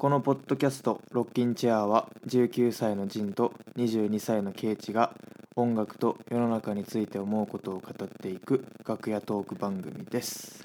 このポッドキャストロッキンチェアは19歳のジンと22歳のケイチが音楽と世の中について思うことを語っていく楽屋トーク番組です。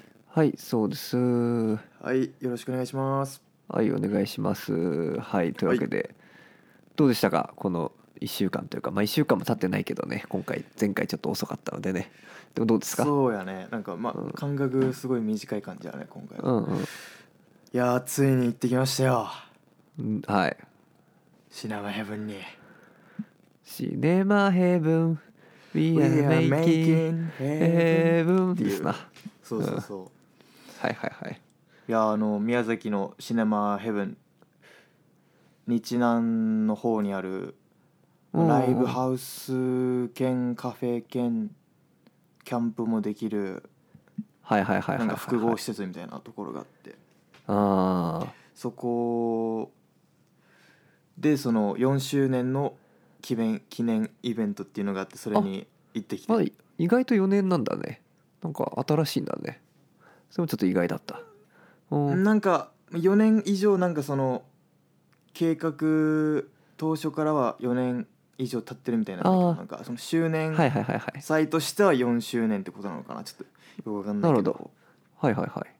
はい、そうです。ははい、よろしくお願いします。 い、お願いします。はい、というわけで、どうでしたかこの1週間というか、1週間も経ってないけどね、前回ちょっと遅かったのでね。でもどうですか？ そうやね、なんか感覚すごい短い感じだね今回は。 うんうん。 いやー、ついに行ってきましたよ、 はい。 シネマヘブンに。 シネマヘブン We We are are making making heaven っていう。 heaven ですな。 そうそうそう、 はいはいはい。 いや宮崎のシネマヘブン、日南の方にあるライブハウス兼カフェ兼キャンプもできるはいはいはいはい。 なんか複合施設みたいなところがあって、 ああ。 そこでその4周年の記念イベントっていうのがあって、それに行ってきて、 意外と4年なんだね。なんか新しいんだね。それもちょっと意外だった。 なんか4年以上、なんかその計画当初からは4年以上経ってるみたいなんだけど、なんかその周年祭としては4周年ってことなのかな、ちょっとよくわかんないけど。 なるほど。はいはいはい。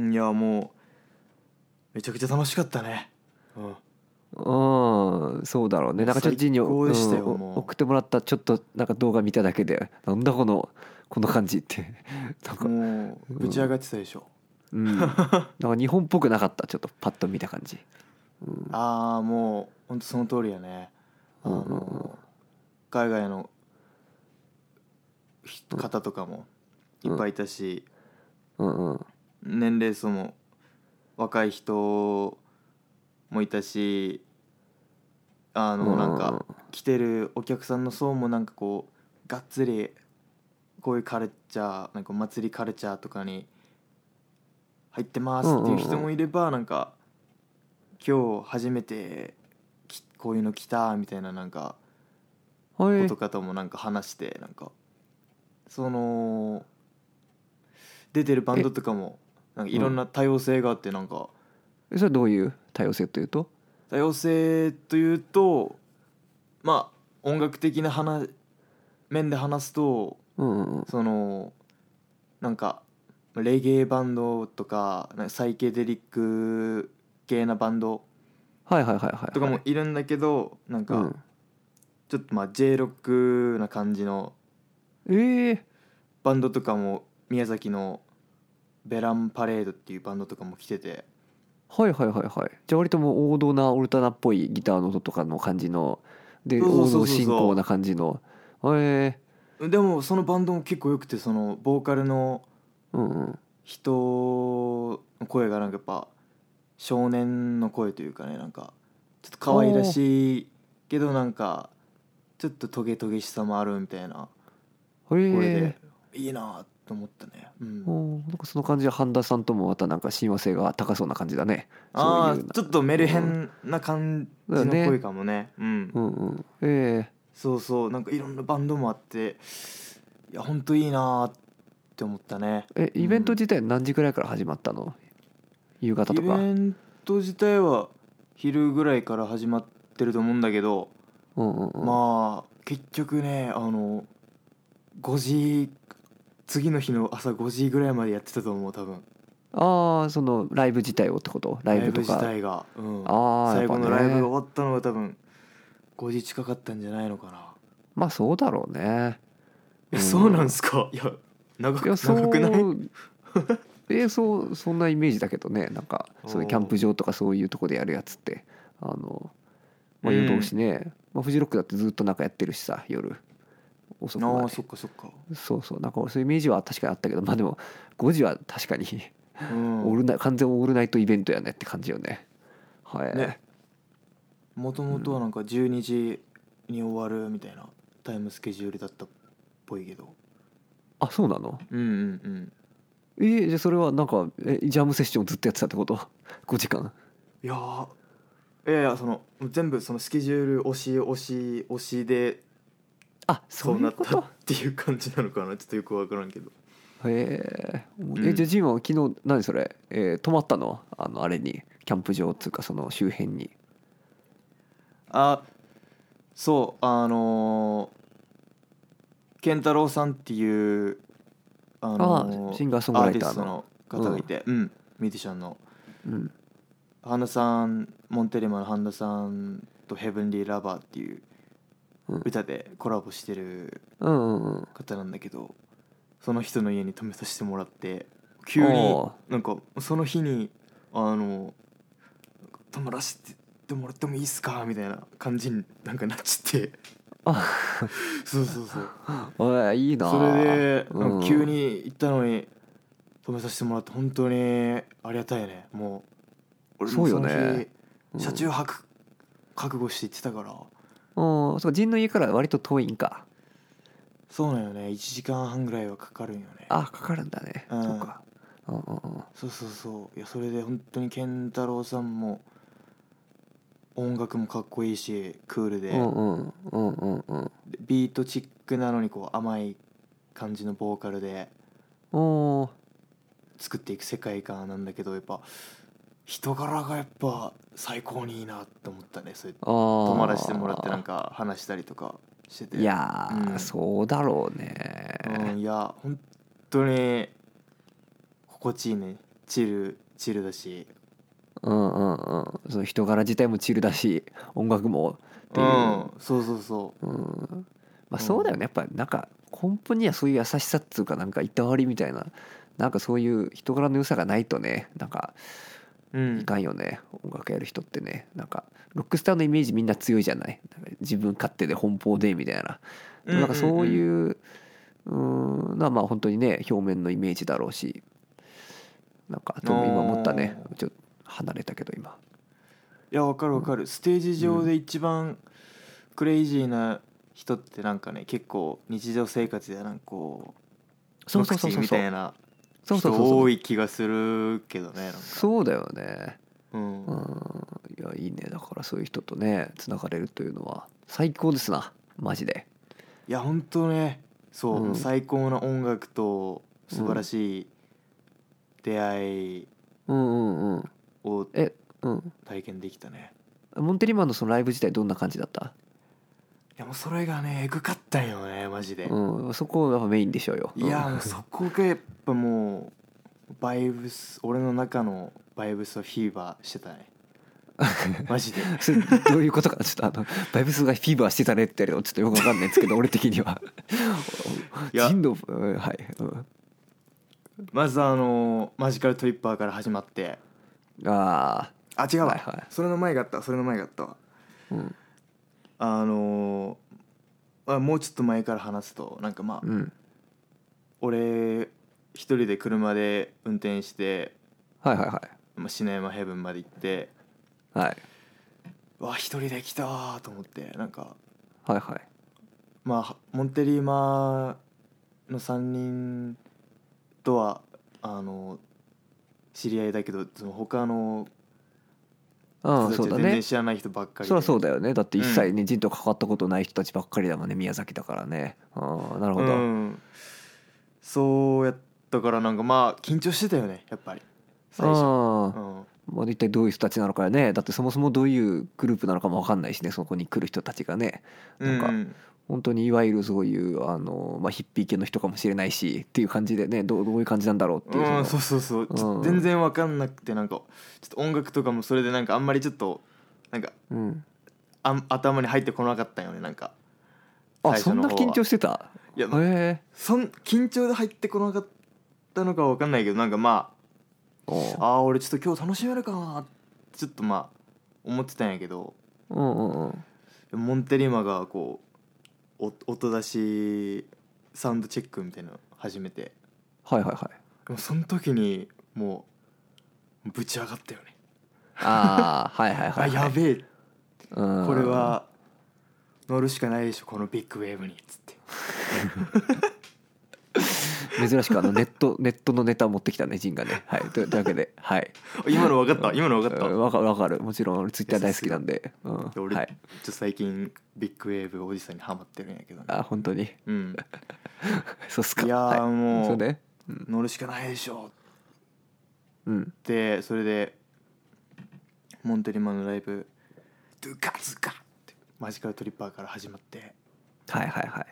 いやもうめちゃくちゃ楽しかったね。 そうだろうね。なんかちょっとジンに最高でしたよ。もう送ってもらったちょっとなんか動画見ただけで、なんだこの感じってなんかもうぶち上がってたでしょ。 なんか日本っぽくなかった。ちょっとパッと見た感じ。 もうほんとその通りやね。海外の方とかもいっぱいいたし、年齢層も若い人もいたし、なんか来てるお客さんの層もなんかこうがっつりこういうカルチャー、なんか祭りカルチャーとかに入ってますっていう人もいれば、なんか今日初めてこういうの来たみたいな、なんかことかともなんか話して、なんかその出てるバンドとかもなんかいろんな多様性があって、なんかそれはどういう多様性というと？ 多様性というと、音楽的な面で話すと、そのなんかレゲエバンドとかサイケデリック系なバンドとかもいるんだけど、なんかちょっとJ ロックな感じのバンドとかも、宮崎のベランパレードっていうバンドとかも来てて、 じゃあ割ともう王道なオルタナっぽいギターの音とかの感じので、王道進行な感じの。でもそのバンドも結構よくて、そのボーカルの人の声がなんかやっぱ少年の声というかね、なんかちょっと可愛らしいけど、なんかちょっとトゲトゲしさもあるみたいな声でいいなと思ったね。 なんかその感じは半田さんともまたなんか親和性が高そうな感じだね。 ちょっとメルヘンな感じの声かもね。そうそう、なんかいろんなバンドもあって、いやほんといいなって思ったね。 イベント自体何時くらいから始まったの？夕方とか？ イベント自体は昼ぐらいから始まってると思うんだけど、結局ね、5時、次の日の朝5時ぐらいまでやってたと思う、多分。 そのライブ自体をってこと？ライブとか自体が、最後のライブが終わったのが多分5時近かったんじゃないのかな。 そうだろうね。 そうなんすか？いや長くないそんなイメージだけどね。なんかそういうキャンプ場とかそういうとこでやるやつって夜通しね、フジロックだってずっとなんかやってるしさ、夜遅くまで。 そっかそっか。 そうなんかそういうイメージは確かにあったけど、でも5時は確かに完全オールナイトイベントやねって感じよね。 もともとはなんか12時に終わるみたいなタイムスケジュールだったっぽいけど。 そうなの？じゃあそれはなんかジャムセッションをずっとやってたってこと？5時間？ いやその全部そのスケジュール押しでそうなったっていう感じなのかな。ちょっとよく分からんけど。 じゃあジンは昨日何それ、泊まったの？あれにキャンプ場っていうかその周辺に。 そう健太郎さんっていうシンガーソングライターのアーティストの方がいて、ミュージシャンのうん半田さん、モンテリマの半田さんとヘブンリーラバーっていう歌でコラボしてる方なんだけど、その人の家に泊めさせてもらって、急になんかその日に泊まらせてもらってもいいっすかみたいな感じになんかなっちゃってそうそうそうおいいいな。 それでなんか急に行ったのに泊めさせてもらって本当にありがたいね。もう俺もその日車中泊覚悟して行ってたから。 そう陣の家から割と遠いんか。 そうなんよね。1時間半ぐらいはかかるんよね。 かかるんだね。そうか。 そうそうそう。いやそれで本当に健太郎さんも音楽もかっこいいしクールで、ビートチックなのにこう甘い感じのボーカルで作っていく世界観なんだけど、やっぱ人柄がやっぱ最高にいいなって思ったね。そういう泊まらせてもらってなんか話したりとかしてて、 いやそうだろうね。 いや本当に心地いいね。チルだし、 その人柄自体もチルだし音楽もっていう、 そうそうそう、 まあそうだよね。やっぱなんか根本にはそういう優しさっつうかなんかいたわりみたいな、なんかそういう人柄の良さがないとね、なんかいかんよね、音楽やる人ってね。なんかロックスターのイメージみんな強いじゃない。なんか自分勝手で奔放でみたいな。でもなんかそういうのはまあ本当にね表面のイメージだろうし、なんか今思ったね。ちょっと離れたけど今。 いやわかるわかる。ステージ上で一番クレイジーな人ってなんかね、結構日常生活でなんかこう無口みたいな人多い気がするけどね。なんかそうだよね。いやいいね。だからそういう人とねつながれるというのは最高ですなマジで。 いや本当ね、そう、最高な音楽と素晴らしい出会いを体験できたね。 モンテリマンのそのライブ自体どんな感じだった？ いやもうそれがねエグかったんよねマジで。 そこがメインでしょうよ。 いやもうそこがやっぱもうバイブス、俺の中のバイブスをフィーバーしてたねマジでそれどういうことかちょっとバイブスがフィーバーしてたねってやるのちょっとよくわかんないんですけど俺的にはいやはい、 まずマジカルトリッパーから始まって、違うわ、それの前があったわ。もうちょっと前から話すとなんかまあ、俺一人で車で運転してシネマヘブンまで行って、わ一人で来たーと思って、なんかまあモンテリーマの3人とは知り合いだけど、その他の全然知らない人ばっかりで。 そりゃそうだよね。だって一切ね人と関わったことない人たちばっかりだもんね、宮崎だからね。なるほど、 そうやったからなんかまあ緊張してたよねやっぱり最初。 まあ、一体どういう人たちなのかね。だってそもそもどういうグループなのかも分かんないしね、そこに来る人たちがね。なんか本当にいわゆるそういうヒッピー系の人かもしれないしっていう感じでね、どういう感じなんだろうっていう。 そう全然分かんなくて、なんかちょっと音楽とかもそれでなんかあんまりちょっとなんか、頭に入ってこなかったよね。なんかそんな緊張してた？ いや緊張で入ってこなかったのかは分かんないけど、なんかまあ俺ちょっと今日楽しめるかなってちょっとまあ思ってたんやけど、モンテリマがこう音出しサウンドチェックみたいなの始めて、でもその時にもうぶち上がったよね。やべえ、これは乗るしかないでしょこのビッグウェーブにっつって珍しくネットのネタを持ってきたねジンがね。というわけで今の分かった分かる。もちろん俺ツイッター大好きなんで。 俺ちょっと最近ビッグウェーブおじさんにハマってるんやけどね。 本当にそうっすか。 いやもう乗るしかないでしょって、それでモンテリマンのライブドゥカズカってマジカルトリッパーから始まって、 はいはいはい。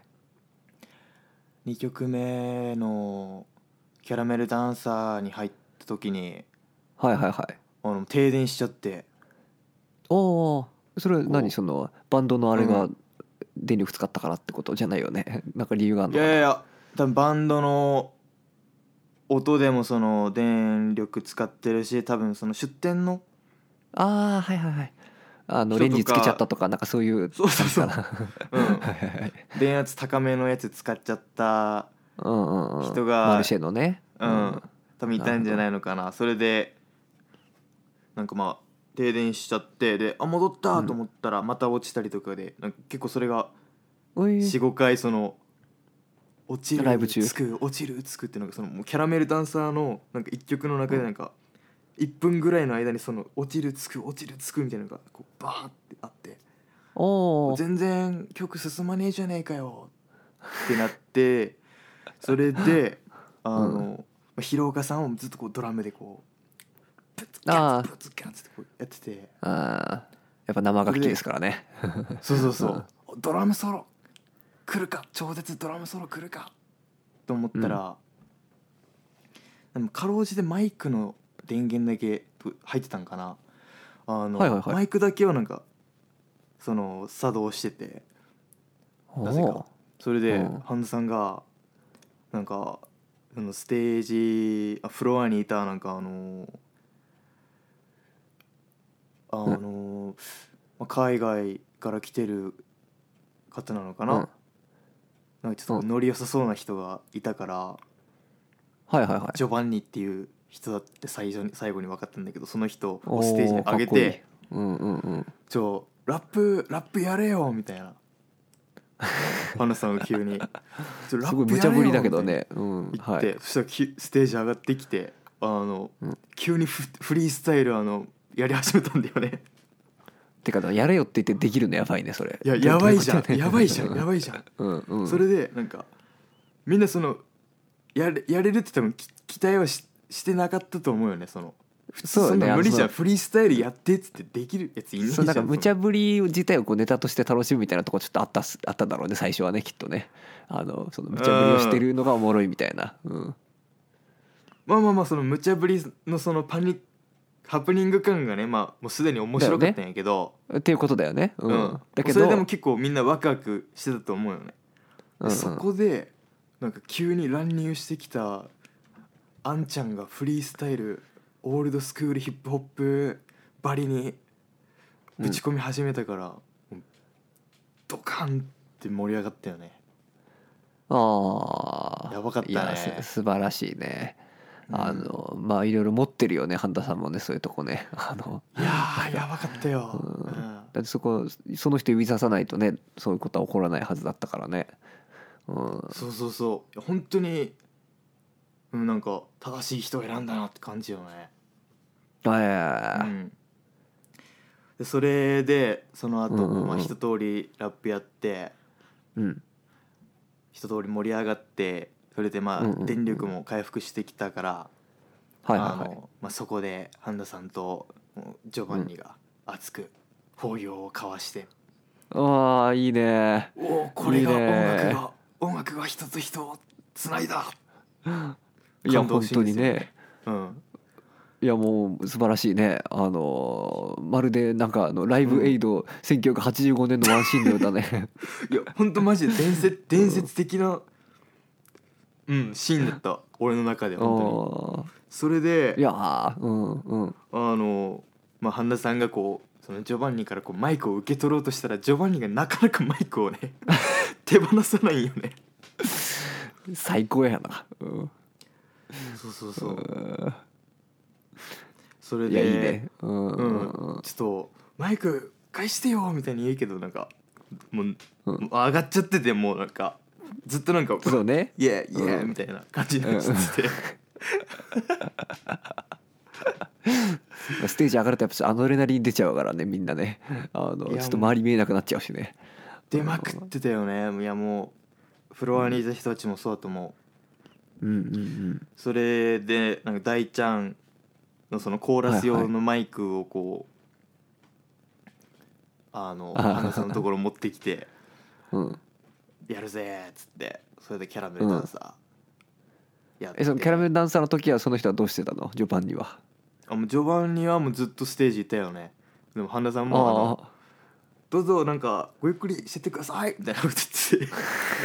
2曲目のキャラメルダンサーに入った時にはいはいはい。 停電しちゃって。 おお、それ何、そのバンドのあれがうん電力使ったからってことじゃないよね。なんか理由があるいのかな。 やいやいや、多分バンドの音でもその電力使ってるし、多分その出店のああはいはいはい。 人とかレンジつけちゃったとかなんかそういうそうそうそう感じかな。 うんはいはいはい。 電圧高めのやつ使っちゃったうんうんうん。 人がマルシェのね。 うん多分いたんじゃないい。 のかな。それでなんかまあ停電しちゃって、で戻ったと思ったらまた落ちたりとかで、なんか結構それがおい。 45回その落ちるライブ中つく落ちるつくっていうのがそのもうキャラメルダンサーのなんか1曲の中でなんか1分ぐらいの間にその落ちるつく落ちるつくみたいなのがこうバーってあって、 おお。 全然曲進まねえじゃねえかよってなって、それで広岡さんをずっとこうドラムでこうプツキャツプツキャツってこうやってて、 ああ、やっぱ生楽器ですからね。 そうそうそう、ドラムソロ来るか、超絶ドラムソロ来るかと思ったら、でもかろうじてマイクの電源だけ入ってたんかな。 はいはいはい。 マイクだけはなんかその作動してて、なぜかそれで半田さんがなんかステージフロアにいたなんか海外から来てる方なのかな、なんかちょっとノリ良さそうな人がいたから、 はいはいはい。 ジョバンニっていう人だって最後に分かったんだけど、その人をステージに上げて、ラップやれよみたいな花さんが急にすごい無茶ぶりだけどね。 言って、そしたらステージ上がってきて急にフリースタイルやり始めたんだよね。 てかやれよって言ってできるのやばいねそれ。 いややばいじゃんやばいじゃんやばいじゃん。それでなんかみんなそのやれるって多分期待はしてなかったと思うよね。その普通そんな無理じゃん、フリースタイルやってっつってできるやついないじゃん。 なんか無茶ぶり自体をこうネタとして楽しむみたいなとこちょっとあっただろうね最初はね、きっとね。その無茶ぶりをしてるのがおもろいみたいな。 まあその無茶ぶりのそのハプニング感がね、まあもうすでに面白かったんやけど、 っていうことだよね。 だけどそれでも結構みんなワクワクしてたと思うよね。そこでなんか急に乱入してきたあんちゃんがフリースタイルオールドスクールヒップホップバリにぶち込み始めたから、ドカンって盛り上がったよね。 ああ、 やばかったね。 いや素晴らしいね。まあいろいろ持ってるよね半田さんもね、そういうとこね。 いややばかったよ。 だってその人指ささないとねそういうことは起こらないはずだったからね。 そう本当になんか正しい人を選んだなって感じよね。でそれでその後、一通りラップやって、一通り盛り上がって、それで電力も回復してきたから、そこで半田さんとジョバンニが熱く抱擁を交わして、 ああいいね。 これが音楽が人と人をつないだ。 いや本当にね。いやもう素晴らしいね。まるでなんかライブエイド、1985年のワンシーンのようだね。 いや本当マジで伝説的なシーンだった俺の中で本当に。それでいや半田さんがこうそのジョバンニからこうマイクを受け取ろうとしたら、ジョバンニがなかなかマイクをね手放さないよね。 最高やな。 そうそれでいやいいね。 ちょっとマイク返してよみたいに言うけど、なんかもう上がっちゃってて、もうなんかずっとなんかそうね、 イエーみたいな感じになっちゃってて、 ステージ上がるとやっぱアドレナリン出ちゃうからね、みんなね。ちょっと周り見えなくなっちゃうしね。 出まくってたよね。いやもうフロアにいた人たちもそうだと思う。それでなんか大ちゃんのそのコーラス用のマイクをこう花さんのところ持ってきてうんやるぜっつって、それでキャラメルダンサーやって、 そのキャラメルダンサーの時はその人はどうしてたの？序盤には。 もう序盤にはもうずっとステージいたよね。でも花さんもどうぞなんかごゆっくりしてってくださいみたいなこと言って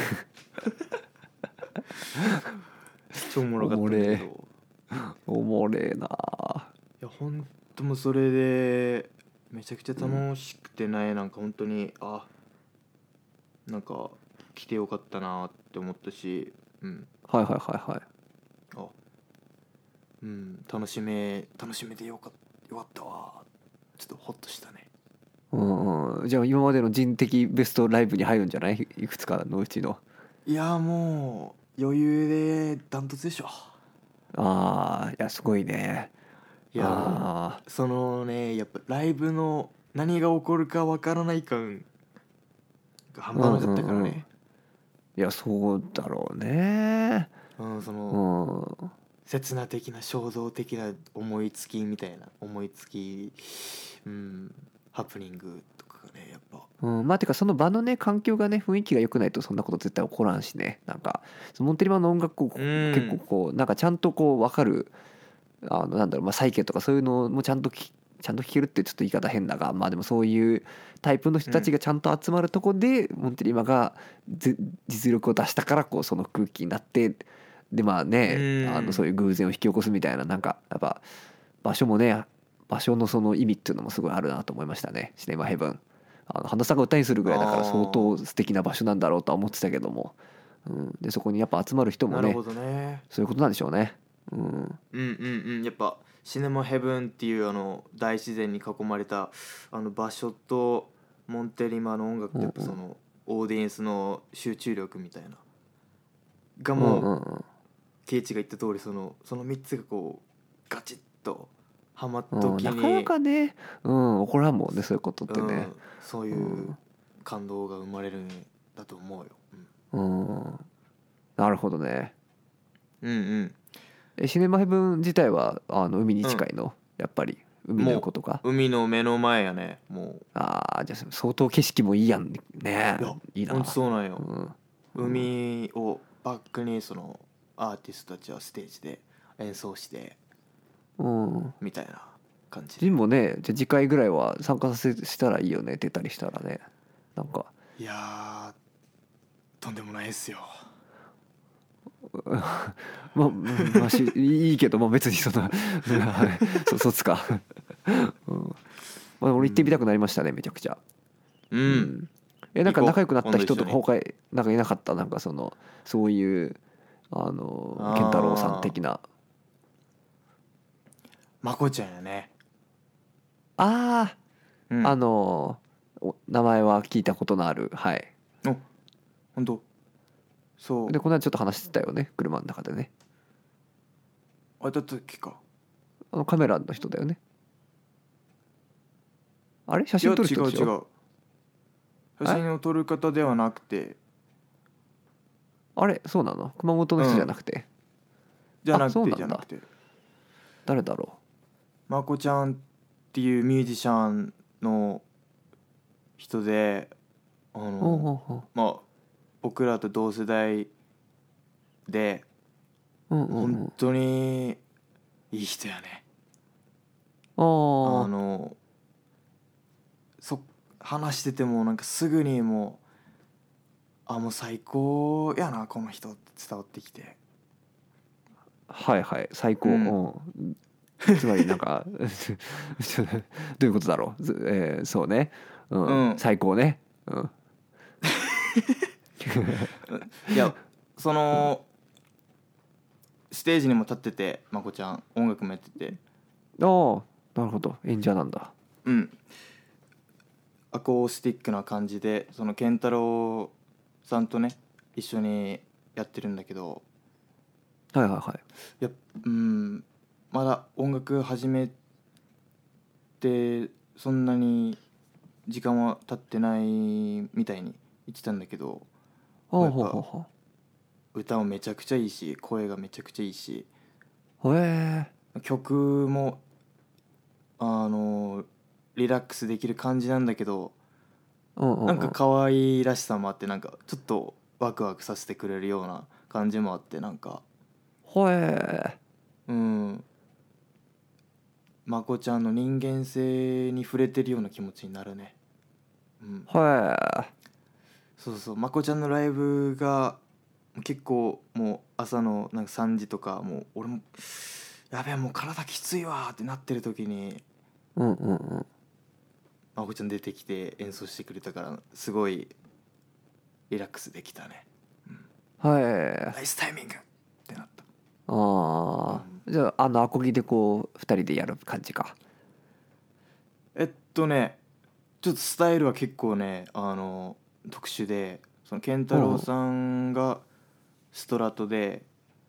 超おもろかったんだけど、 おもれえな。 いやほんともうそれでめちゃくちゃ楽しくてね、なんか本当になんか来てよかったなって思ったし、 はいはいはいはい。 楽しめてよかったわ。ちょっとホッとしたね。 じゃあ今までの人的ベストライブに入るんじゃない？いくつかのうちの。 いやもう余裕でダントツでしょ。 いやすごいね。 いやそのね、やっぱライブの何が起こるかわからない感が半端なかったからね。 いやそうだろうね。 その、刹那的な衝動的な思いつきみたいなハプニングとかがねやっぱまあてかその場のね環境がね雰囲気が良くないとそんなこと絶対起こらんしね。なんかモンテリマの音楽を結構こうなんかちゃんとこう分かるなんだろう、まあサイケとかそういうのもちゃんと聴けるってちょっと言い方変だが、まあでもそういうタイプの人たちがちゃんと集まるとこでモンテリマが実力を出したからこうその空気になってでまあねそういう偶然を引き起こすみたいな、なんかやっぱ場所もね場所のその意味っていうのもすごいあるなと思いましたね。シネマヘブン花さんが歌にするぐらいだから相当素敵な場所なんだろうとは思ってたけども、でそこにやっぱ集まる人も ねそういうことなんでしょうね。 やっぱシネマヘブンっていう大自然に囲まれた場所とモンテリマの音楽ってやっぱそのオーディエンスの集中力みたいながもうケイチが言った通りその3つがこうガチッとハマった時になかなかね起こらんもんねそういうことってね、 そういう感動が生まれるんだと思うよ。 なるほどね。 シネマヘブン自体は海に近いの、やっぱり海の横とか。 海の目の前やね。もうじゃあ相当景色もいいやんね。いいな。 ほんとそうなんよ、海をバックにそのアーティストたちはステージで演奏してみたいな感じ。 ジンもねじゃあ次回ぐらいは参加したらいいよね、出たりしたらね。なんかいやとんでもないですよまあいいけど、まあ、別にそのそっちかまあ、俺行ってみたくなりましたね、めちゃくちゃ。なんか仲良くなった人とか他なんかいなかった？なんかそういう健太郎さん的な。 まこちゃんやね。 名前は聞いたことのある。はい。 本当。そうでこの間ちょっと話してたよね、車の中でね。 あれだったっけか。 カメラの人だよね。あれ写真撮る人でしょ？ 違う写真を撮る方ではなくて。 あれそうなの？熊本の人じゃなくて、 じゃなくて誰だろう。まこちゃんっていうミュージシャンの人でまあ僕らと同世代で本当にいい人やね。話しててもなんかすぐにもう最高やなこの人って伝わってきて。 はいはい最高、つまりなんかどういうことだろう、そうね、最高ね、 いやそのステージにも立っててまこちゃん音楽もやっててなるほど演者なんだ。 アコースティックな感じでその健太郎さんとね一緒にやってるんだけど、まだ音楽始めてそんなに時間は経ってないみたいに言ってたんだけど、歌もめちゃくちゃいいし声がめちゃくちゃいいし、曲もリラックスできる感じなんだけどなんか可愛らしさもあって、なんかちょっとワクワクさせてくれるような感じもあって、なんかまこちゃんの人間性に触れてるような気持ちになるね。そうそう、まこちゃんのライブが結構もう朝のなんか3時とか、もう俺もやべえもう体きついわってなってる時にまこちゃん出てきて演奏してくれたから、すごいリラックスできたね。ナイスタイミングってなった。 じゃあアコギでこう2人でやる感じか。 ちょっとスタイルは結構ね特殊で、その健太郎さんがストラトで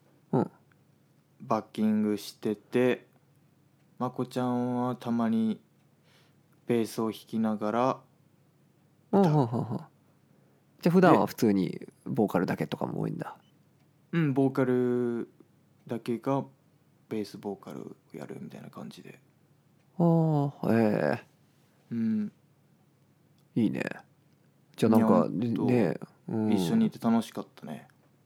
バッキングしてて、まこちゃんはたまにベースを弾きながら歌う。 じゃあ普段は普通にボーカルだけとかも多いんだ。 ボーカルだけがベースボーカルをやるみたいな感じで。 いいね。じゃあなんかね、 一緒にいて楽しかったね。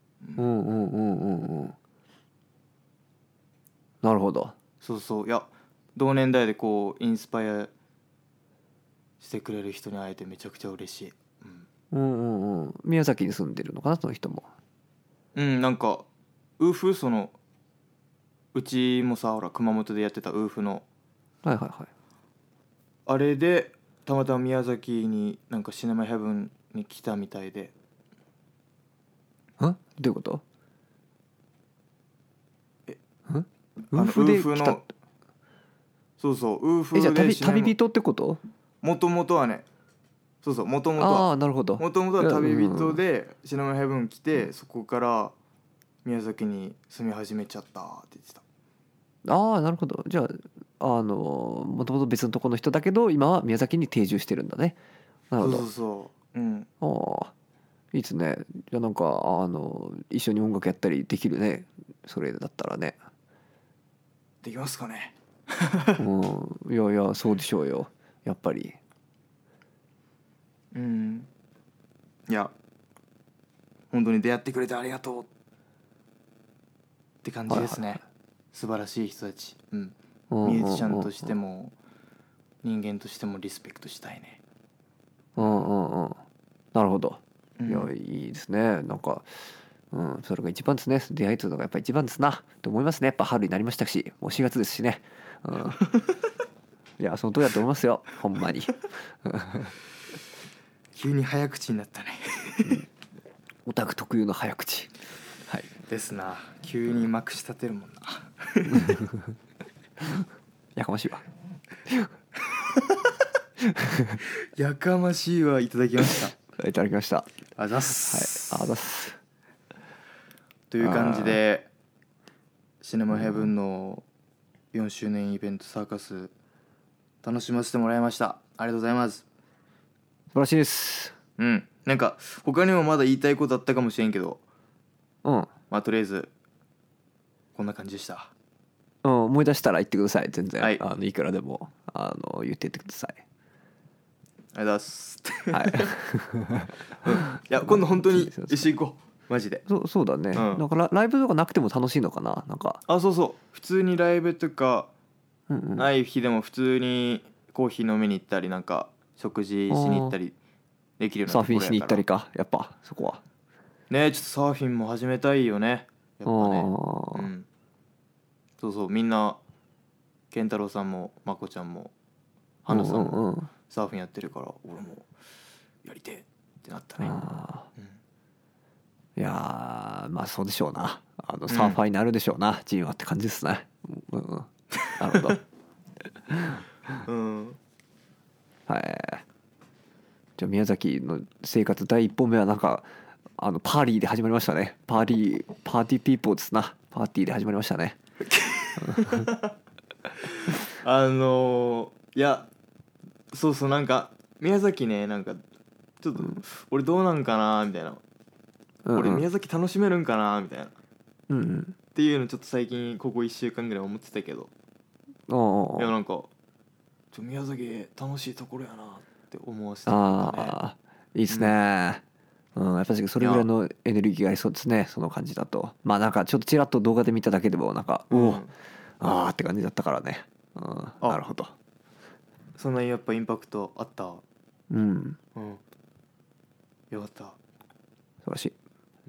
なるほど。 そうそう、いや同年代でこうインスパイアしてくれる人に会えてめちゃくちゃ嬉しい。 宮崎に住んでるのかな、その人も。 なんかウーフ、うちもさ、ほら熊本でやってたウーフのあれでたまたま宮崎になんかシネマヘブンに来たみたいで。 どういうこと？ ウーフで来た。そうそう、ウーフでじゃあ旅人ってこと？ もともとはね、もともとはなるほど。 もともとは旅人でシネマヘブン来て、そこから宮崎に住み始めちゃったって言ってた。 なるほど。じゃあもともと別のところの人だけど今は宮崎に定住してるんだね。なるほど。いいですね。じゃあなんか一緒に音楽やったりできるね、それだったらね。 できますかね。 いやそうでしょうよ、やっぱり。 いや本当に出会ってくれてありがとうって感じですね。素晴らしい人たち。ミュージシャンとしても人間としてもリスペクトしたいね。 なるほど。いやいいですね。なんかそれが一番ですね。出会いというのがやっぱり一番ですなと思いますね。やっぱ春になりましたし、もう4月ですしね。いやその通りだと思いますよ、ほんまに。 急に早口になったね。 オタク特有の早口。 ですな。急にまくし立てるもんな。 やかましいわ。 やかましいわ。いただきました。 いただきました。 あざっす。 あざっす。 という感じでシネマヘブンの4周年イベントサーカス楽しませてもらいました。ありがとうございます。 素晴らしいです。 なんか他にもまだ言いたいことあったかもしれんけど、まあとりあえずこんな感じでした。 思い出したら言ってください。全然、 いくらでも言ってってください。 ありがとうございます。いや今度本当に一緒行こう、マジで。 そうだね。なんかライブとかなくても楽しいのかな、なんか。 そう普通にライブとかない日でも普通にコーヒー飲みに行ったり、なんか食事しに行ったりできるようなサーフィンしに行ったりか、やっぱそこはね。ちょっとサーフィンも始めたいよね、やっぱね。そうみんな健太郎さんもまこちゃんも花さんもサーフィンやってるから、俺もやりてえってなったね。 いやまあそうでしょうな。サーファーになるでしょうな、ジンはって感じですね。なるほど。じゃあ宮崎の生活第一歩目はなんかパーリーで始まりましたね。パーティーピーポーですな。パーティーで始まりましたね。 いやそうなんか宮崎ね、なんかちょっと俺どうなんかなみたいな、俺宮崎楽しめるんかなみたいな、っていうのちょっと最近ここ1週間ぐらい思ってたけど、いやなんか宮崎楽しいところやなってって思わせてくれたね。 ああいいっすね、うん、やっぱりそれぐらいのエネルギーがありそうですね、その感じだと。まあなんかちょっとちらっと動画で見ただけでもなんか、おおあーって感じだったからね、うん、なるほど。 そんなにやっぱインパクトあった。 うん、 うん、よかった。 素晴らしい。 うん。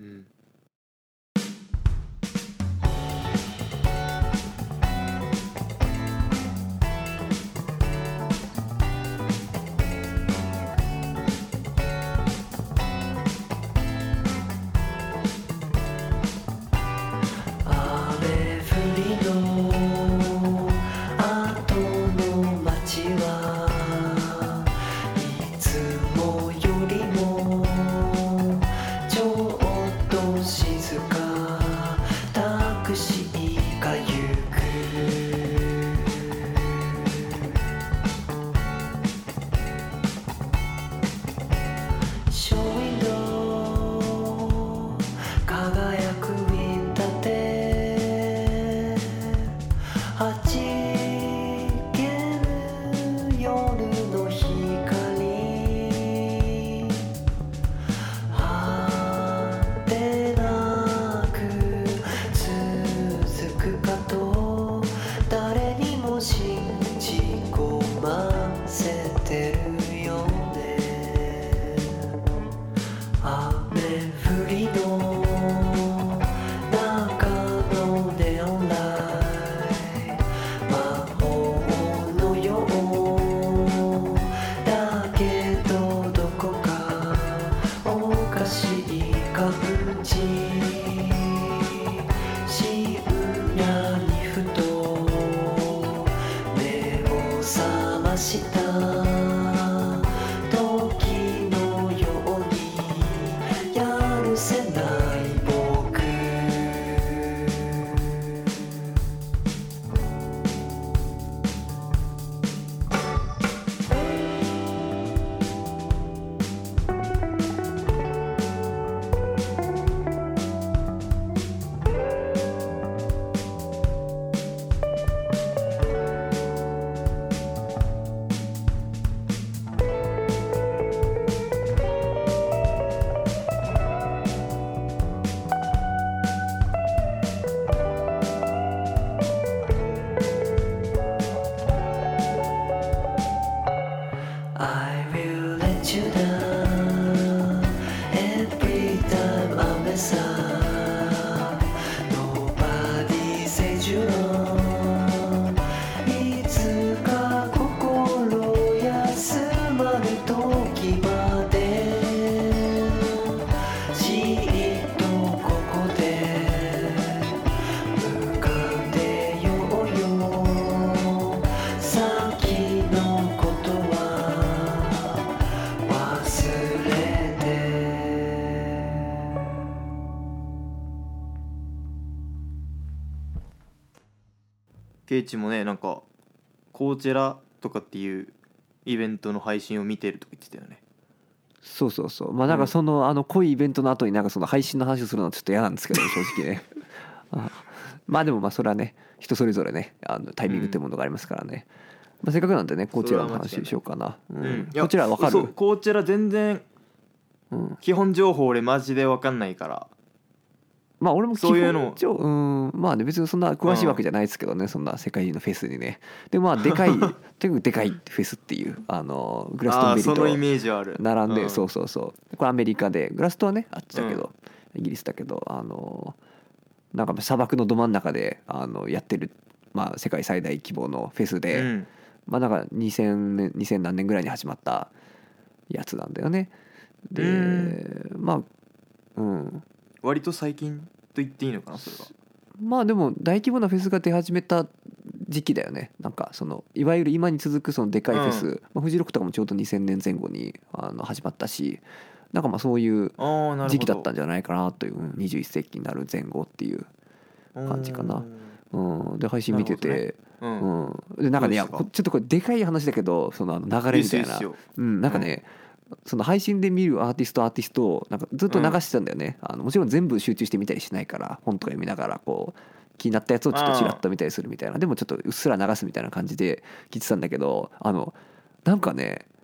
ケイチもね、なんかコーチェラとかっていうイベントの配信を見てるとか言ってたよね。 そうそうそう、まあなんかその、濃いイベントの後になんかその配信の話をするのはちょっと嫌なんですけど正直ねまあでもまあそれはね人それぞれねタイミングってものがありますからね、まあ、せっかくなんでねコーチェラの話しようかな。コーチェラわかる？ そうコーチェラ全然、基本情報俺マジで分かんないから。 まあ俺も基本まあね別にそんな詳しいわけじゃないですけどね、そんな世界中のフェスにね。でまあでかいとにかくでかいフェスっていうグラストンベリーと並んで、そうそうそう、これアメリカで、グラストはねあっちだけど、イギリスだけどなんか砂漠のど真ん中でやってる、まあ世界最大規模のフェスで、まあなんか2000何年ぐらいに始まったやつなんだよね。でまあ割と最近と言っていいのかなそれは。 まあでも大規模なフェスが出始めた時期だよね。なんかそのいわゆる今に続くそのでかいフェス、まあ、フジロックとかもちょうど2000年前後に始まったし、なんかまあそういう時期だったんじゃないかなという、21世紀になる前後っていう感じかな。で配信見てて、でなんかね、ちょっとこれでかい話だけど、その流れみたいな、なんかね、その配信で見るアーティストをなんかずっと流してたんだよね。もちろん全部集中して見たりしないから、本とか読みながらこう気になったやつをちょっとチラッと見たりするみたいな、でもちょっとうっすら流すみたいな感じで聞いてたんだけど、なんかね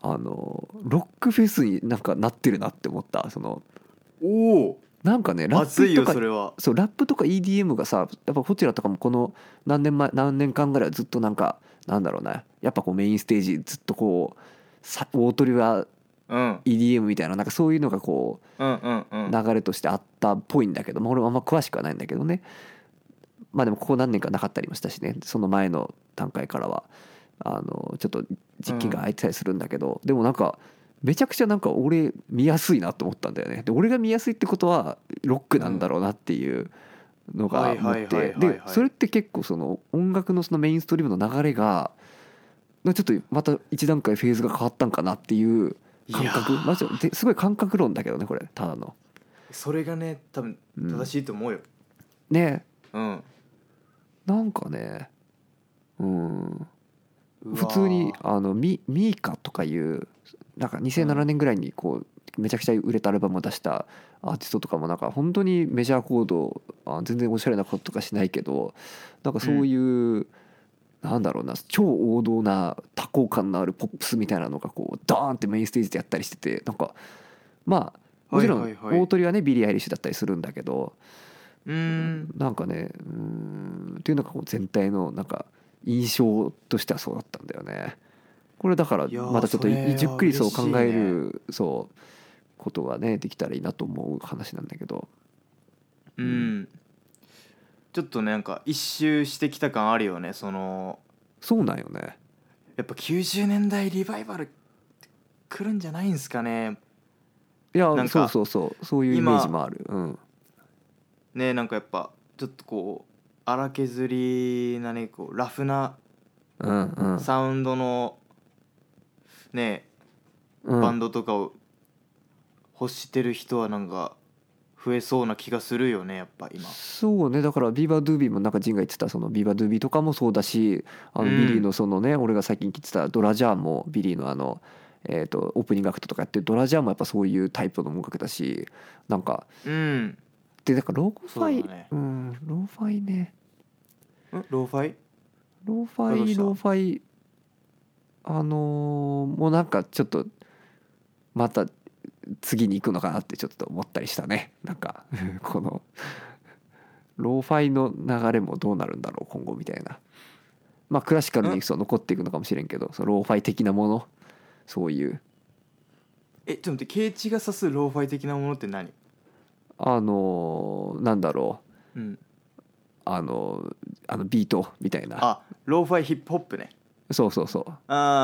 ロックフェスになんかなってるなって思った。 おお、 なんかねラッ熱いよプとかそれは。 そうラップとか EDM がさやっぱこちらとかもこの何年間ぐらいずっとなんかなんだろうなやっぱこうメインステージずっとこう大鳥は EDM みたいななんかそういうのがこう流れとしてあったっぽいんだけど、俺はあんま詳しくはないんだけどね。まあでもここ何年かなかったりもしたしね、その前の段階からはちょっと実機が空いてたりするんだけど、でもなんかめちゃくちゃなんか俺見やすいなと思ったんだよね。で俺が見やすいってことはロックなんだろうなっていうのが思って、でそれって結構その音楽のそのメインストリームの流れがちょっとまた一段階フェーズが変わったんかなっていう感覚、まずすごい感覚論だけどねこれただの。 それがね多分正しいと思うよ。 ねなんかね普通にミーカとかいうなんか2007年ぐらいにこうめちゃくちゃ売れたアルバムを出したアーティストとかもなんか本当にメジャーコード全然おしゃれなこととかしないけどなんかそういうなんだろうな超王道な多幸感のあるポップスみたいなのがこうダーンってメインステージでやったりしてて、なんかまあもちろん大鳥はねビリー・アイリッシュだったりするんだけどなんかねっていうのがこう全体のなんか印象としてはそうだったんだよね。これだからまたちょっとじっくりそう考えるそうことがねできたらいいなと思う話なんだけど、 ちょっとねなんか一周してきた感あるよね。そうなんよね。 やっぱ90年代リバイバル来るんじゃないんすかね。 いやそういうイメージもある。 ねなんかやっぱちょっとこう荒削りなねこうラフなサウンドのねバンドとかを欲してる人はなんか増えそうな気がするよねやっぱ今。 そうね、だからビーバードゥービーもなんかジンが言ってたそのビーバードゥービーとかもそうだしビリーのそのね俺が最近聞いてたドラジャーもビリーのオープニングアクトとかやってるドラジャーもやっぱそういうタイプの音楽だしなんかでなんかローファイローファイねローファイもうなんかちょっとまた次に行くのかなってちょっと思ったりしたね。なんかこのローファイの流れもどうなるんだろう今後みたいな。まあクラシカルにそう残っていくのかもしれんけどそのローファイ的なものそういうちょっと待ってケイチが指すローファイ的なものって何？ なんだろう、ビートみたいなローファイヒップホップね。 そう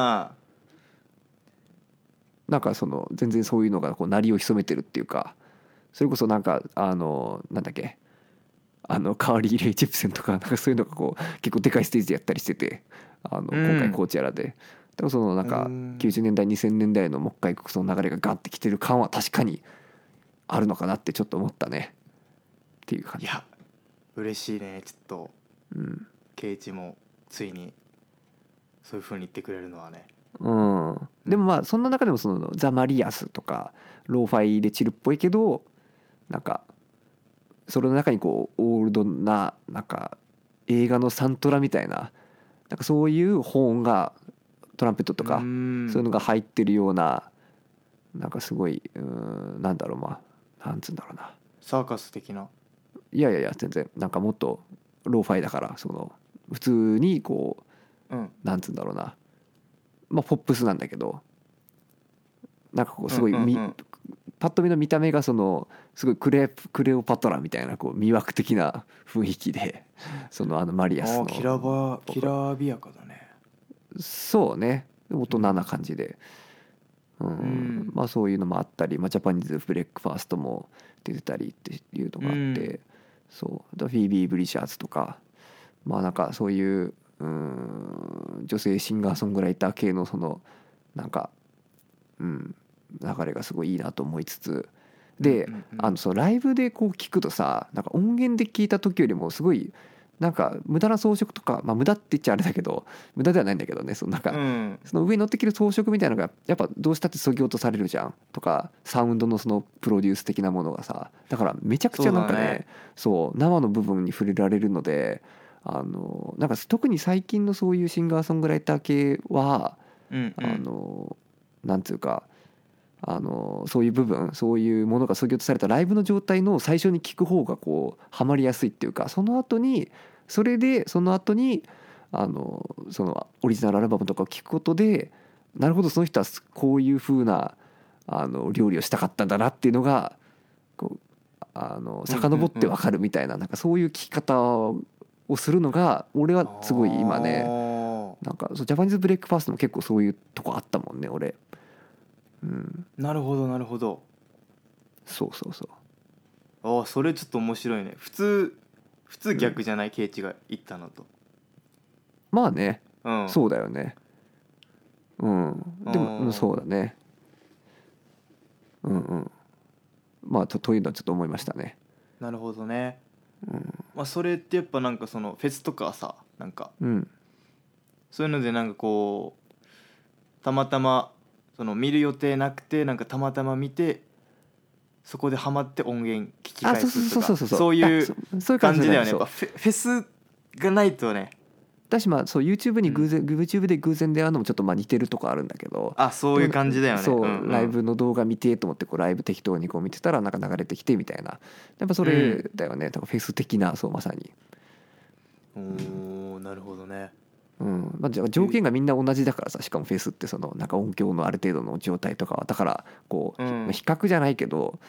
なんかその全然そういうのがこう鳴りを潜めてるっていうかそれこそなんかなんだっけカーリー・レイ・ジェプセンとかなんかそういうのがこう結構でかいステージでやったりしてて今回コーチェラでだからそのなんか90年代2000年代のもう一回その流れがガッてきてる感は確かにあるのかなってちょっと思ったねっていう感じ。 いや嬉しいねちょっとケイチもついにそういう風に言ってくれるのはね。 でもまあそんな中でもそのザ・マリアスとかローファイでチルっぽいけどなんかそれの中にこうオールドななんか映画のサントラみたいななんかそういうホーンがトランペットとかそういうのが入ってるようななんかすごいなんだろうなんつうんだろうなサーカス的な。 いや全然なんかもっとローファイだからその普通にこうなんつうんだろうなポップスなんだけどなんかこうすごいパッと見の見た目がそのすごいクレオパトラみたいなこう魅惑的な雰囲気でそのマリアスのきらびやかだね。 そうね大人な感じでまあそういうのもあったりジャパニーズブレックファーストも出てたりっていうのがあってそうフィービー・ブリシャーズとかまあなんかそういう女性シンガーソングライター系のそのなんか流れがすごいいいなと思いつつでそのライブでこう聞くとさなんか音源で聞いた時よりもすごいなんか無駄な装飾とか無駄って言っちゃあれだけど無駄ではないんだけどねそのなんかその上に乗ってきる装飾みたいなのがやっぱどうしたって削ぎ落とされるじゃんとかサウンドのそのプロデュース的なものがさだからめちゃくちゃなんかねそう生の部分に触れられるのでなんか特に最近のそういうシンガーソングライター系はなんていうかそういう部分、そういうものが削ぎ落とされたライブの状態の最初に聞く方がこうハマりやすいっていうか、その後にそのオリジナルアルバムとかを聞くことで、なるほどその人はこういう風な料理をしたかったんだなっていうのがこう遡ってわかるみたいな、なんかそういう聞き方をするのが俺はすごい今ね、なんかジャパニーズブレイクファーストも結構そういうとこあったもんね俺。 なるほどなるほど。 そうそうそう。 ああ、それちょっと面白いね。普通逆じゃない、ケイチが言ったのと。 まあね、 うんそうだよね。でもそうだね。まあというのはちょっと思いましたね。 なるほどね。まあそれってやっぱなんかそのフェスとかさ、なんかそういうのでなんかこうたまたまその見る予定なくて、なんかたまたま見てそこでハマって音源聞き返すとか、そういう感じだよね。やっぱフェスがないとね。 だしまあそう YouTube で偶然出会うのもちょっとまあ似てるとこあるんだけど、 そういう感じだよね。 そう、ライブの動画見てと思ってこうライブ適当にこう見てたらなんか流れてきてみたいな、やっぱそれだよね。多分フェス的な、そうまさに。 なるほどね。 まあ、条件がみんな同じだからさ、しかもフェスってそのなんか音響のある程度の状態とかはだからこう、比較じゃないけど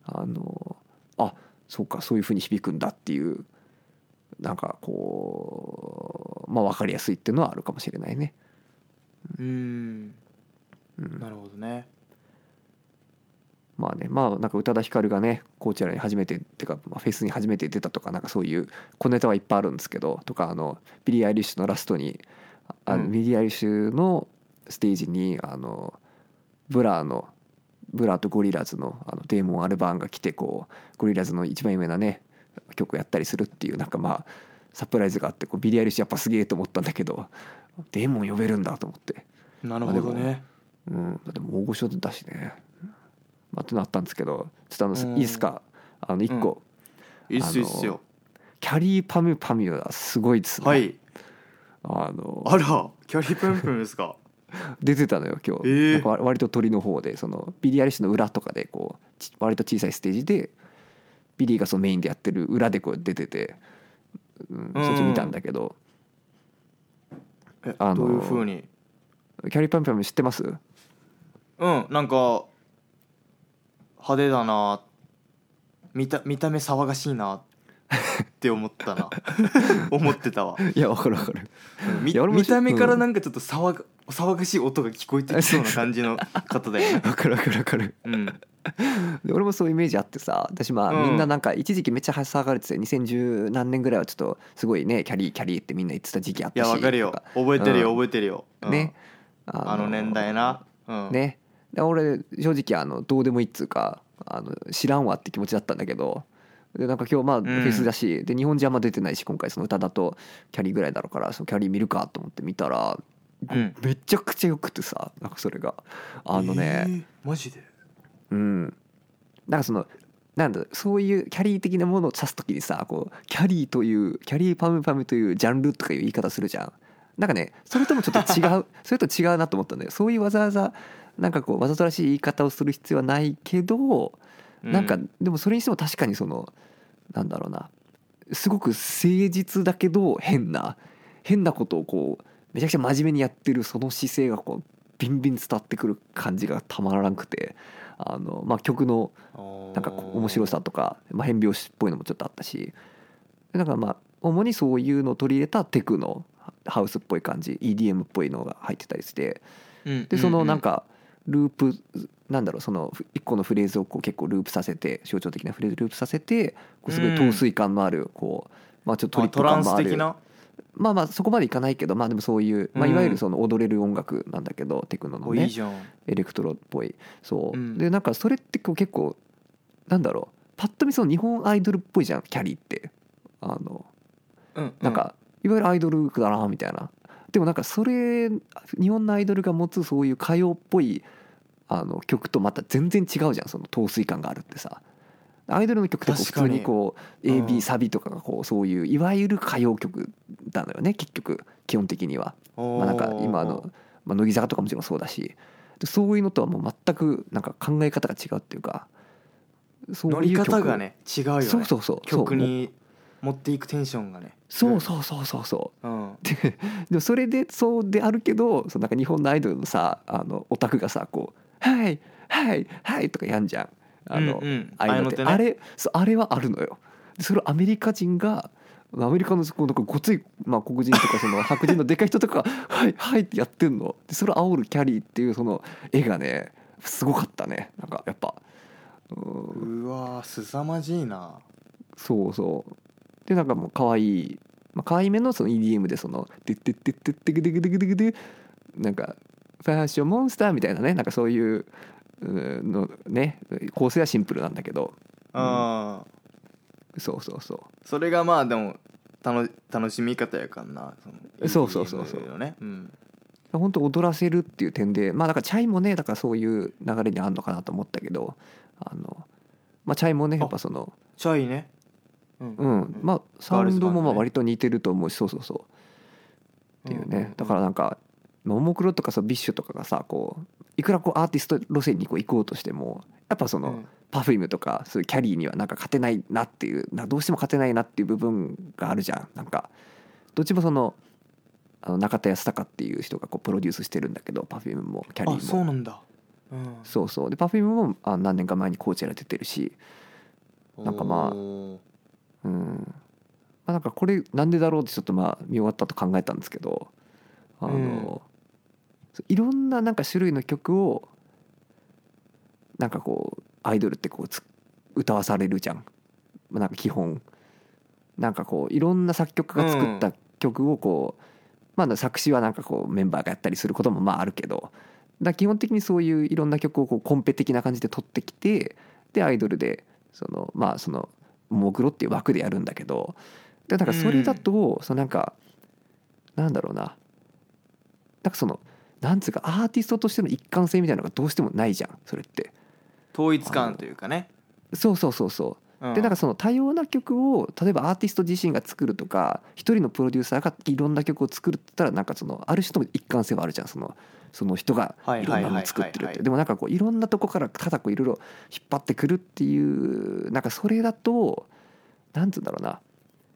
そうかそういう風に響くんだっていうなんかこうまあ分かりやすいっていうのはあるかもしれないね。 なるほどね。 まあね、まあなんか宇多田ヒカルがねコーチェラに初めてってか、フェスに初めて出たとかなんかそういう小ネタはいっぱいあるんですけど、とかビリー・アイリッシュのラストにビリー・アイリッシュのステージにブラとゴリラズのデーモン・アルバーンが来てこうゴリラズの一番有名なね曲をやったりするっていうなんかまあサプライズがあって、こうビリー・アイリッシュやっぱすげえと思ったんだけど、デーモン呼べるんだと思って。 なるほどね。 でも大御所だしね。ってなったんですけど、ちょっといいですか、1個、 いいっすよ。 キャリーパミュパミュはすごいですね。 はい。あら、キャリーパミュパミュですか。 出てたのよ今日、なんか割と鳥の方でそのビリー・アイリッシュの裏とかでこう割と小さいステージでビリーがそのメインでやってる裏でこう出てて、そっち見たんだけど、 どういう風にキャリーパミュパミュ知ってます？ なんか派手だな、見た目騒がしいなって思ったな思ってたわ。 いや分かる分かる。 見た目からなんかちょっと騒がしい音が聞こえてきそうな感じの方だよね。 分かる分かる分かる。で俺もそういうイメージあってさ、私まあみんななんか一時期めっちゃ騒がれてて、2010何年ぐらいはちょっとすごいねキャリーってみんな言ってた時期あったし。 いや分かるよ、覚えてるよ、 ね、 年代な。 ね、で俺正直どうでもいいっつうか知らんわって気持ちだったんだけど、でなんか今日まあフェスだし、で日本人あんま出てないし今回その歌だとキャリーぐらいだろうから、そのキャリー見るかと思って見たら、めちゃくちゃよくてさ、なんかそれがマジでなんかそのなんだそういうキャリー的なものを指すときにさ、こうキャリーパムパムというジャンルとかいう言い方するじゃん。なんかねそれともちょっと違うそれと違うなと思ったんだよ。そういうわざわざなんかこうわざとらしい言い方をする必要はないけど、なんかでもそれにしても確かにそのなんだろうな、すごく誠実だけど変なことをこうめちゃくちゃ真面目にやってるその姿勢がこうビンビン伝わってくる感じがたまらなくて、まあ曲のなんか面白さとか、変拍子っぽいのもちょっとあったし、なんかまあ主にそういうのを取り入れたテクのハウスっぽい感じ EDM っぽいのが入ってたりして、でそのなんかループなんだろう、その一個のフレーズをこう結構ループさせて、象徴的なフレーズループさせてこうすごい陶酔感のあるこう、まあちょっとトリップ感もある、まあそこまでいかないけど、まあでもそういう、まあ、いわゆるその踊れる音楽なんだけど、テクノのねエレクトロっぽい、そうでなんかそれってこう結構なんだろう、パッと見その日本アイドルっぽいじゃんキャリーって、なんかいわゆるアイドルだなみたいな。でもなんかそれ日本のアイドルが持つそういう歌謡っぽい曲とまた全然違うじゃん、その陶酔感があるってさ。アイドルの曲ってこう普通にこう AB サビとかがこうそういういわゆる歌謡曲なのよね結局基本的には。まあなんか今乃木坂とかもちろんそうだし、 そういうのとはもう全くなんか考え方が違うっていうか、 そういう曲乗り方がね違うよね。 そうそうそう、 曲に持っていくテンションがね。 そうそうそうそうそう、うん、でもそれでそうであるけど、そのなんか日本のアイドルのさオタクがさこう「はいはいはい」とかやんじゃん、ああいうのって、あれはあるのよ。でそれをアメリカ人が、アメリカのこうなんかごつい、まあ、黒人とかその白人のでかい人とか「はいはい」ってやってんので、それを煽るキャリーっていうその絵がねすごかったね。なんかやっぱうわーすさまじいな。 そうそうで、なんかもう可愛い、まあ可愛いめのその EDM でその「てってってってってくでくでくでくで」なんかファッションモンスターみたいなね、なんかそういうのね、構成はシンプルなんだけど、 ああ、そうそうそう、 それがまあでも楽しみ方やかんな、 そうそうそうそう、 ね、うん、 本当踊らせるっていう点で、まあだからチャイもね、だからそういう流れにあるのかなと思ったけど、まあチャイもねやっぱそのチャイね、 まあサウンドもまあ割と似てると思うし、そうそうそうっていうね、だからなんかももクロとかさビッシュとかがさこういくらこうアーティスト路線にこう行こうとしてもやっぱその、パフュームとかそういうキャリーにはなんか勝てないなっていう、どうしても勝てないなっていう部分があるじゃん。なんかどっちもその中田泰孝っていう人がこうプロデュースしてるんだけど、パフュームもキャリーも。 そうなんだ、 そうそうでパフュームも何年か前にコーチェラ出てるし、なんかまあまあ、なんかこれなんでだろうってちょっとまあ見終わったと考えたんですけど、いろんななんか種類の曲をなんかこうアイドルってこう歌わされるじゃん。なんか基本なんかこういろんな作曲家が作った曲をこう、まあ作詞はなんかこうメンバーがやったりすることもまああるけど、だ基本的にそういういろんな曲をこうコンペ的な感じで取ってきて、でアイドルでそのまあそのもぐろっていう枠でやるんだけど、でなんかそれだとそのなんかなんだろうな、なんかそのなんつうかアーティストとしての一貫性みたいなのがどうしてもないじゃん、それって。 統一感というかね。 そうそうそうそう、でなんかその多様な曲を例えばアーティスト自身が作るとか一人のプロデューサーがいろんな曲を作るって言ったらなんかそのある種の一貫性はあるじゃん、その人がいろんなのを作ってるって。でもなんかこういろんなとこからただこういろいろ引っ張ってくるっていう、なんかそれだとなんつうんだろうな、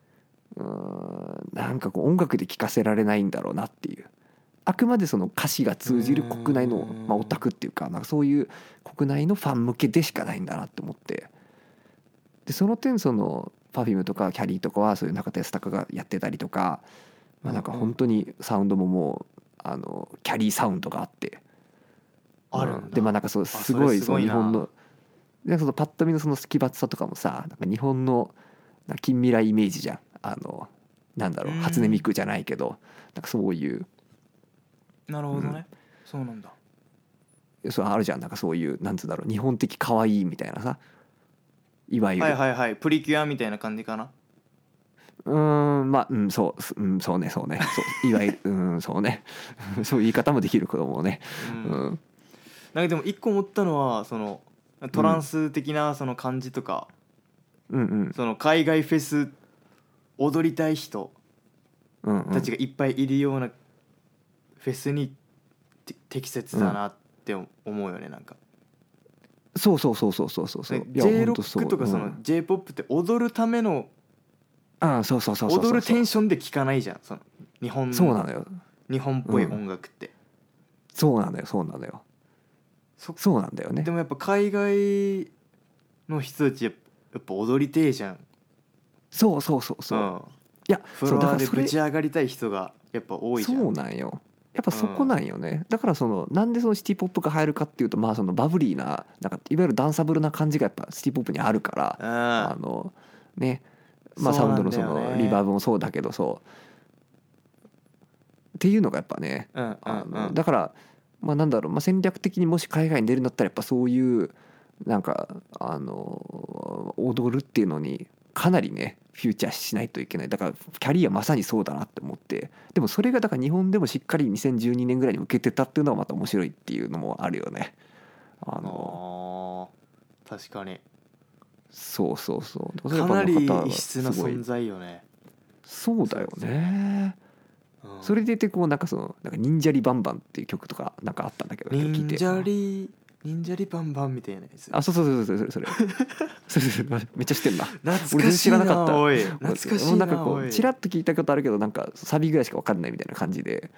なんかこう音楽で聴かせられないんだろうなっていう。あくまでその歌詞が通じる国内のまあオタクっていうか、なんかそういう国内のファン向けでしかないんだなって思って、でその点その Perfume とかキャリーとかはそういう中田泰孝がやってたりとか、まあなんか本当にサウンドももうキャリーサウンドがあって、でまあなんかそうすごいその日本のでそのパッと見のその奇抜さとかもさ、なんか日本の近未来イメージじゃん。なんだろう、初音ミクじゃないけどなんかそういう。 なるほどね、そうなんだ。 そうあるじゃん、なんかそういうなんつうんだろう、日本的可愛いみたいなさ、いわゆるプリキュアみたいな感じかな。 まあそう、そうねそういわゆるそうねそういう言い方もできる子供もね。 なんかでも一個思ったのはそのトランス的なその感じとか、その海外フェス踊りたい人たちがいっぱいいるようなフェスに適切だなって思うよね、なんか。 そう J ロックとかその J-POP って踊るための踊るテンションで聴かないじゃん、その日本のそうなのよ、 日本っぽい音楽って、 そうなのよそうなんだよね。 でもやっぱ海外の人たちやっぱ踊りてえじゃん。 そう、いやフロアでぶち上がりたい人がやっぱ多いじゃん。 そうなんよ、やっぱそこなんよね。だからそのなんでそのシティポップが入るかっていうと、まあそのバブリーな、なんかいわゆるダンサブルな感じがやっぱシティポップにあるから、ね、まあサウンドのそのリバーブもそうだけど、そうっていうのがやっぱね、だからまあなんだろう、まあ戦略的にもし海外に出るんだったらやっぱそういうなんか踊るっていうのにかなりねフューチャーしないといけない。だからキャリアまさにそうだなって思って、でもそれがだから日本でもしっかり2012年ぐらいに受けてたっていうのはまた面白いっていうのもあるよね。 確かにそうかなり異質な存在よね。 そうだよね。 それでいてこうなんかそのなんか忍者リバンバンっていう曲とかなんかあったんだけど、 忍者リバンバンみたいなやつ。 あ、そうそれそれめっちゃ知ってんな。 懐かしいな。 俺知らなかった。 おい懐かしいな。 もうなんかこうチラッと聞いたことあるけどなんかサビぐらいしか分かんないみたいな感じで、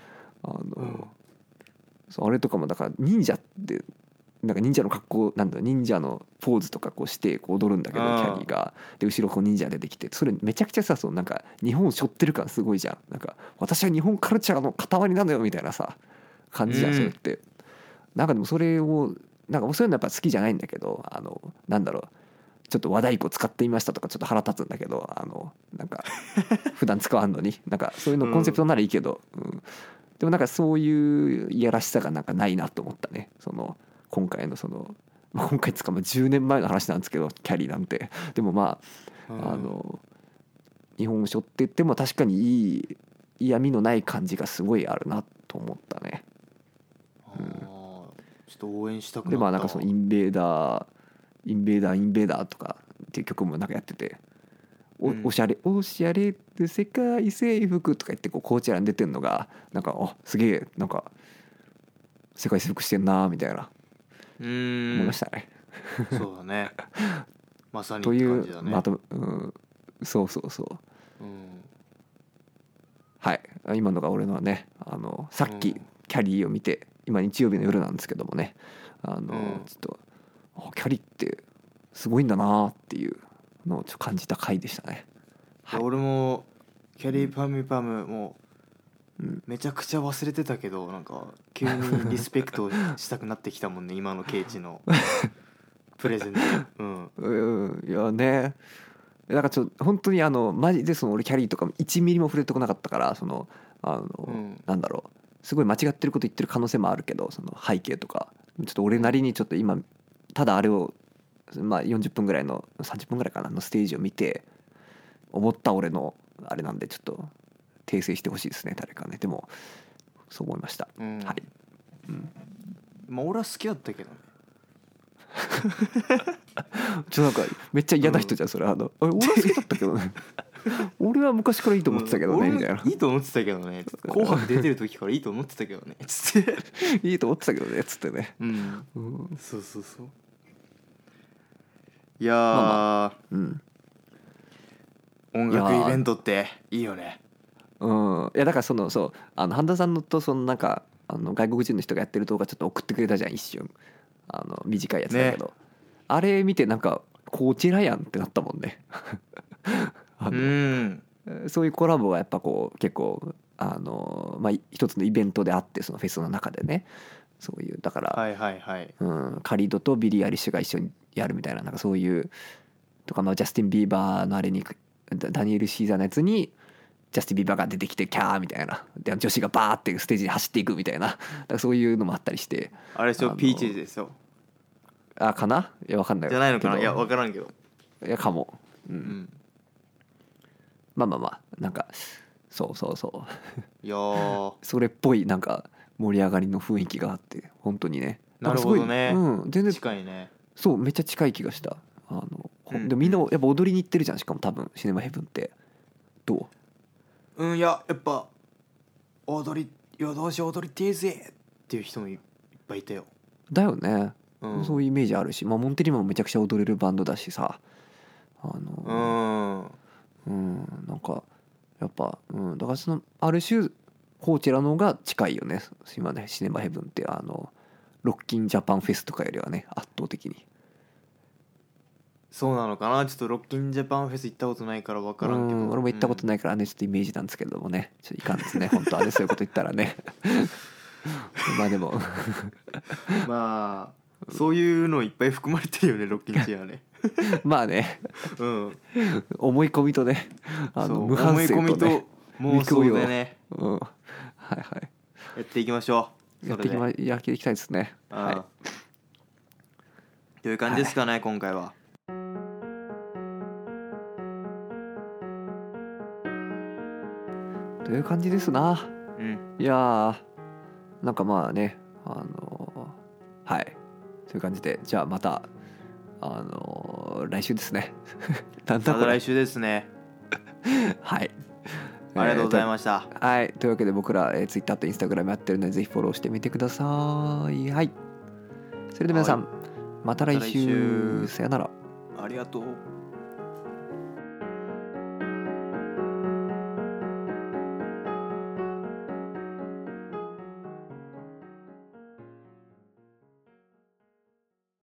そうあれとかもだから忍者ってなんか忍者の格好なんだ、忍者のポーズとかこうしてこう踊るんだけど、キャリーがで後ろこう忍者出てきて、それめちゃくちゃさ、そうなんか日本を背負ってる感すごいじゃん。なんか私は日本カルチャーの塊なのよみたいなさ感じじゃん、それって。なんかでもそれをなんかそういうのやっぱ好きじゃないんだけど、なんだろう、ちょっと和太鼓使ってみましたとかちょっと腹立つんだけど、なんか普段使わんのになんかそういうのコンセプトならいいけど、でもなんかそういういやらしさがなんかないなと思ったね。その今回のその今回つかも10年前の話なんですけど、キャリーなんてでもまあ日本を背負ってっても確かにいい嫌味のない感じがすごいあるなと思ったね。 ちょっと応援したくなった。 でまあなんかそのインベーダーとかっていう曲もなんかやってて、おしゃれで世界征服とか言ってこうコーチェラに出てんのがなんかすげえなんか世界征服してんなみたいな思いましたね。 そうだね。まさにという感じだね。 そう、はい、今のが俺のはね、さっきキャリーを見て、今日曜日の夜なんですけどもね、ちょっとキャリーってすごいんだなっていうのをちょっと感じた回でしたね。 はい、俺もキャリーパムもうめちゃくちゃ忘れてたけど、なんか急にリスペクトしたくなってきたもんね今のケイチのプレゼンで。 いやね、なんかちょっと本当にマジでその俺キャリーとか1ミリも触れてこなかったから、そのなんだろう、すごい間違ってること言ってる可能性もあるけど、その背景とかちょっと俺なりにちょっと今ただあれをまあ40分ぐらいの30分ぐらいかなのステージを見て思った俺のあれなんで、ちょっと訂正してほしいですね誰かね。でもそう思いました。はい。 まあ俺は好きだったけどね。 なんかめっちゃ嫌な人じゃんそれ。俺は好きだったけどね俺は昔からいいと思ってたけどね、みたいな。 いいと思ってたけどね、紅白出てる時からいいと思ってたけどねつっていいと思ってたけどねつってね。 そういやー、音楽イベントっていいよね。 いやだからそう半田さんのとそのなんか外国人の人がやってる動画ちょっと送ってくれたじゃん一瞬、短いやつだけど、あれ見てなんかこちらやんってなったもんねそういうコラボがやっぱこう結構まあ一つのイベントであって、そのフェスの中でね、そういうだから、カリドとビリー・アイリッシュが一緒にやるみたいな、なんかそういうとか、ジャスティン・ビーバーのあれにダニエル・シーザーのやつにジャスティン・ビーバーが出てきてキャーみたいな、で女子がバーってステージに走っていくみたいな、だからそういうのもあったりして。 あれですよ、ピーチーズですよ。 かな、いや分かんないじゃないのかな、いや分からんけど、 いやかも。まあなんかそういやそれっぽいなんか盛り上がりの雰囲気があって本当にね。 なるほどね。 全然近いね。 そうめっちゃ近い気がした。でみんなやっぱ踊りに行ってるじゃん、しかも多分シネマヘブンってどう？いややっぱ夜通し踊りてえぜっていう人もいっぱいいたよ。 だよね、そういうイメージあるし、モンテリマもめちゃくちゃ踊れるバンドだしさ、なんかやっぱ、だからそのある種こちらの方が近いよね今ね、シネマヘブンってロッキンジャパンフェスとかよりはね圧倒的に。 そうなのかな、ちょっとロッキンジャパンフェス行ったことないから分からんけど、 俺も行ったことないからね、ちょっとイメージなんですけれどもね、ちょっといかんですね本当はねそういうこと言ったらねまあでもまあそういうのいっぱい含まれてるよねロッキンチェアねまあね、思い込みとね無反省とね、思い込みと妄想でね、 はいやっていきましょう。 やっていきたいですね。はい。 という感じですかね、今回は。 という感じですな。いやなんかまあねはいという感じで、じゃあまた来週ですねまた来週ですねはいありがとうございました。 はい、というわけで僕ら、Twitter と Instagram やってるのでぜひフォローしてみてください。はい、それでは皆さん、また来週。さよなら。 ありがとう。